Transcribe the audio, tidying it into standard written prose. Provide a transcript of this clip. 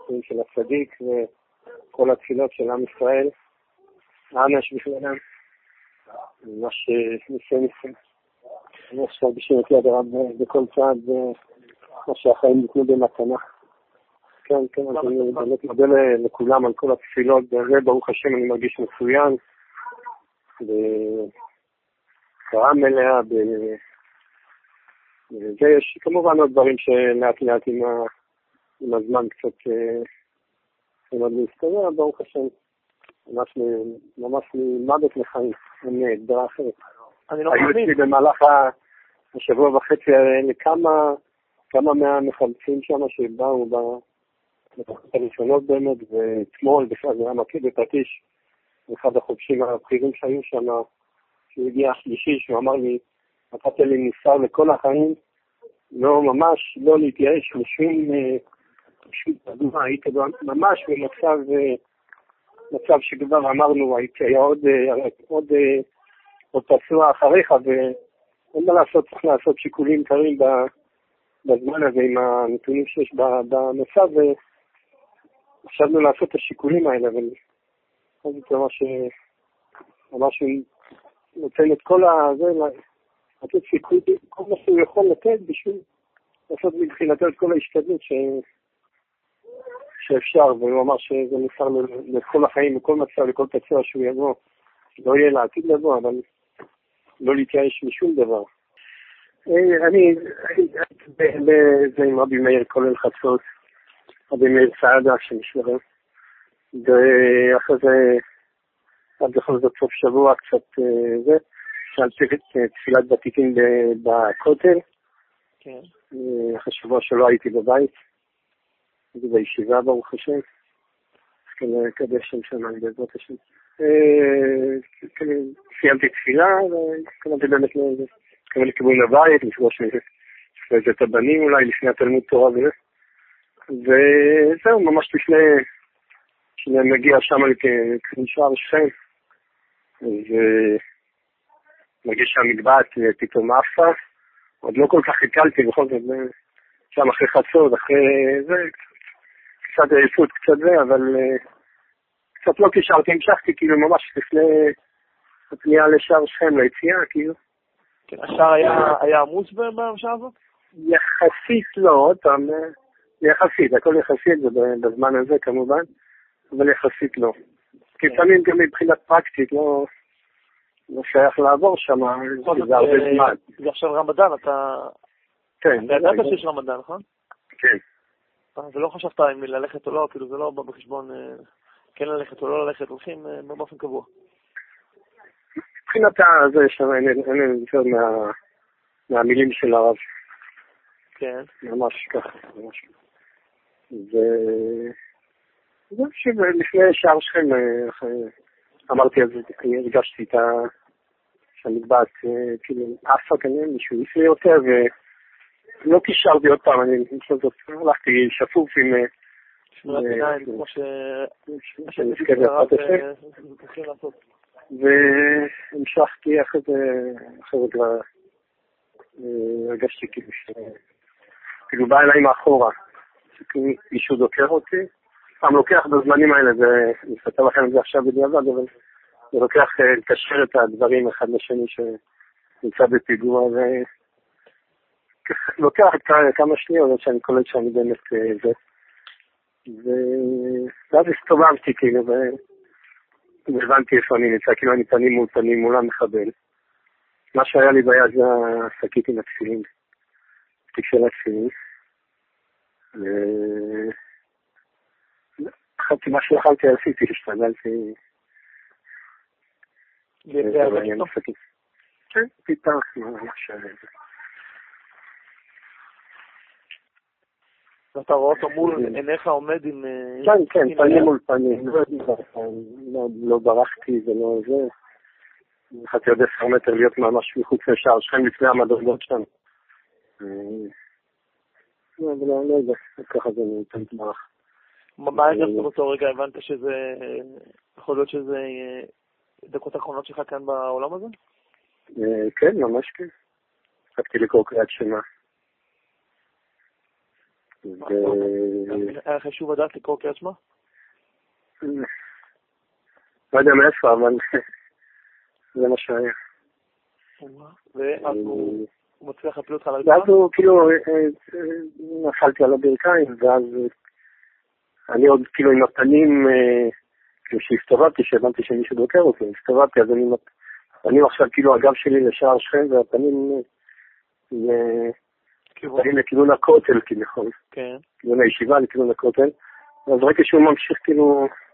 הניחויים של הצדיק וכל התפילות של עם ישראל. הענש בכללם. ממש ניסה. ממש מרגישים את יד הרב בכל צעד, מה שהחיים ניתנו במתנה. כן, אז אני באמת מודה לכולם על כל התפילות, ברוך השם אני מרגיש מצוין, בקרה מלאה, ויש כמובן עוד דברים שלאט לאט עם הזמן קצת עוד להסתדר, ברוך השם, ממש ממוות לחיים, אין דברה אחרת. אני לא מאמין. היו אצלי במהלך השבוע וחצי האלה כמה מהמחלצים שם שבאו בתקופות הראשונות באמת, ואתמול בכלל זה היה מקד בפטיש, אחד החובשים הבכירים שהיו שם, שהוא הגיע השלישי, שהוא אמר לי, נתת לי ניסה לכל החיים, לא ממש, לא להתייאש משום תגובה, היית ממש במצב שכבר אמרנו, היה עוד פצוע אחריך, ואין מה לעשות, צריך לעשות שיקולים קרים בזמן הזה עם הנתונים שיש במצב, וחשבנו לעשות את השיקולים האלה, אבל זה ממש נותן את כל הזה, לתת שיקול, כל מה שהוא יכול לתת בשביל לעשות מבחינתו את כל ההשתדלות שאפשר, והוא אמר שזה נפר לכל החיים, לכל מצב, לכל פצוע שהוא יבוא, לא יהיה לעתיד לבוא, אבל לא להתייאש משום דבר. אני זה עם רבי מאיר כולל חצות, רבי מאיר סעדה שמשלם, ואחרי זה עד לכל זאת סוף שבוע קצת זה, שאלתי את תפילת ותיקין בכותל, כן. אחרי שבוע שלא הייתי בבית, הייתי בישיבה ברוך השם, קדש שם שנה בעזרת השם. סיימתי תפילה וכמובן באמת כמובן לכיוון הבית, לפגוש את הבנים אולי לפני התלמוד תורה וזה. וזהו, ממש לפני שנגיע שם לכניסה לשכם, ומרגיש שהמגבעת פתאום עפה, עוד לא כל כך הקלתי בכל זאת, שם אחרי חצות, אחרי זה, קצת עייפות, קצת זה, אבל קצת לא קישרתי, המשכתי כאילו ממש לפני הפנייה לשער שכם, ליציאה, כאילו. כן, השער היה עמוס בשעה הזאת? יחסית לא, עוד פעם, יחסית, הכל יחסית, זה בזמן הזה כמובן, אבל יחסית לא. כי לפעמים גם מבחינת פרקטית לא שייך לעבור שם, זה הרבה זמן. זה עכשיו רמדאן, אתה... כן. אתה ידעת שיש רמדאן, נכון? כן. ולא חשבת אם ללכת או לא, כאילו זה לא בא בחשבון כן ללכת או לא ללכת, הולכים באופן קבוע. מבחינת זה שם אין יותר מהמילים של הרב. כן. ממש ככה, ממש. זה שלפני שער שכם אמרתי אז הרגשתי את שהמגבעת כאילו עפה כנראה מישהו לפני יותר ולא קישרתי עוד פעם, אני חושב זאת הלכתי שפוף עם שמירת עיניים כמו שנזכה בעזרת השם והמשכתי אחרי זה כבר הרגשתי כאילו בא אליי מאחורה מישהו דוקר אותי, פעם לוקח בזמנים האלה, אני אספר לכם את זה עכשיו בדיעבד, אבל זה לוקח לקשר את הדברים אחד לשני שנמצא בפיגוע, ולוקח כמה שניות שאני קולט שאני באמת זה. ואז הסתובבתי כאילו, והבנתי איפה אני נמצא, כאילו אני פנים מול פנים מול המחבל. מה שהיה לי ביד זה השקית עם התפילין, תיק של התפילין. אחת מה שיכלתי עשיתי, השתגלתי. כן, פיתח, ממש. ואתה רואה אותו מול עיניך עומד עם... כן, פנים מול פנים. לא ברחתי ולא זה. יכלתי עוד 10 מטר להיות ממש מחוץ לשער שכם לפני המדרגות שם. אבל לא יודע, ככה זה נותן ברח. מה הרגשת באותו רגע? הבנת שזה... יכול להיות שזה דקות האחרונות שלך כאן בעולם הזה? כן, ממש כן. הפסקתי לקרוא קריאת שמע. היה חשוב לדעת לקרוא קריאת שמע? לא יודע מאיפה, אבל זה מה שהיה. ואז הוא מצליח להפיל אותך על הרגע? ואז הוא כאילו, נפלתי על הברכיים, ואז אני עוד כאילו עם הפנים, כאילו שהסתובבתי, שהבנתי שמישהו דוקר אותי, הסתובבתי, אז אני עכשיו כאילו הגב שלי לשער שכם, והפנים לכיוון הכותל כביכול. כן. כיוון הישיבה לכיוון הכותל. אז רק כשהוא ממשיך כאילו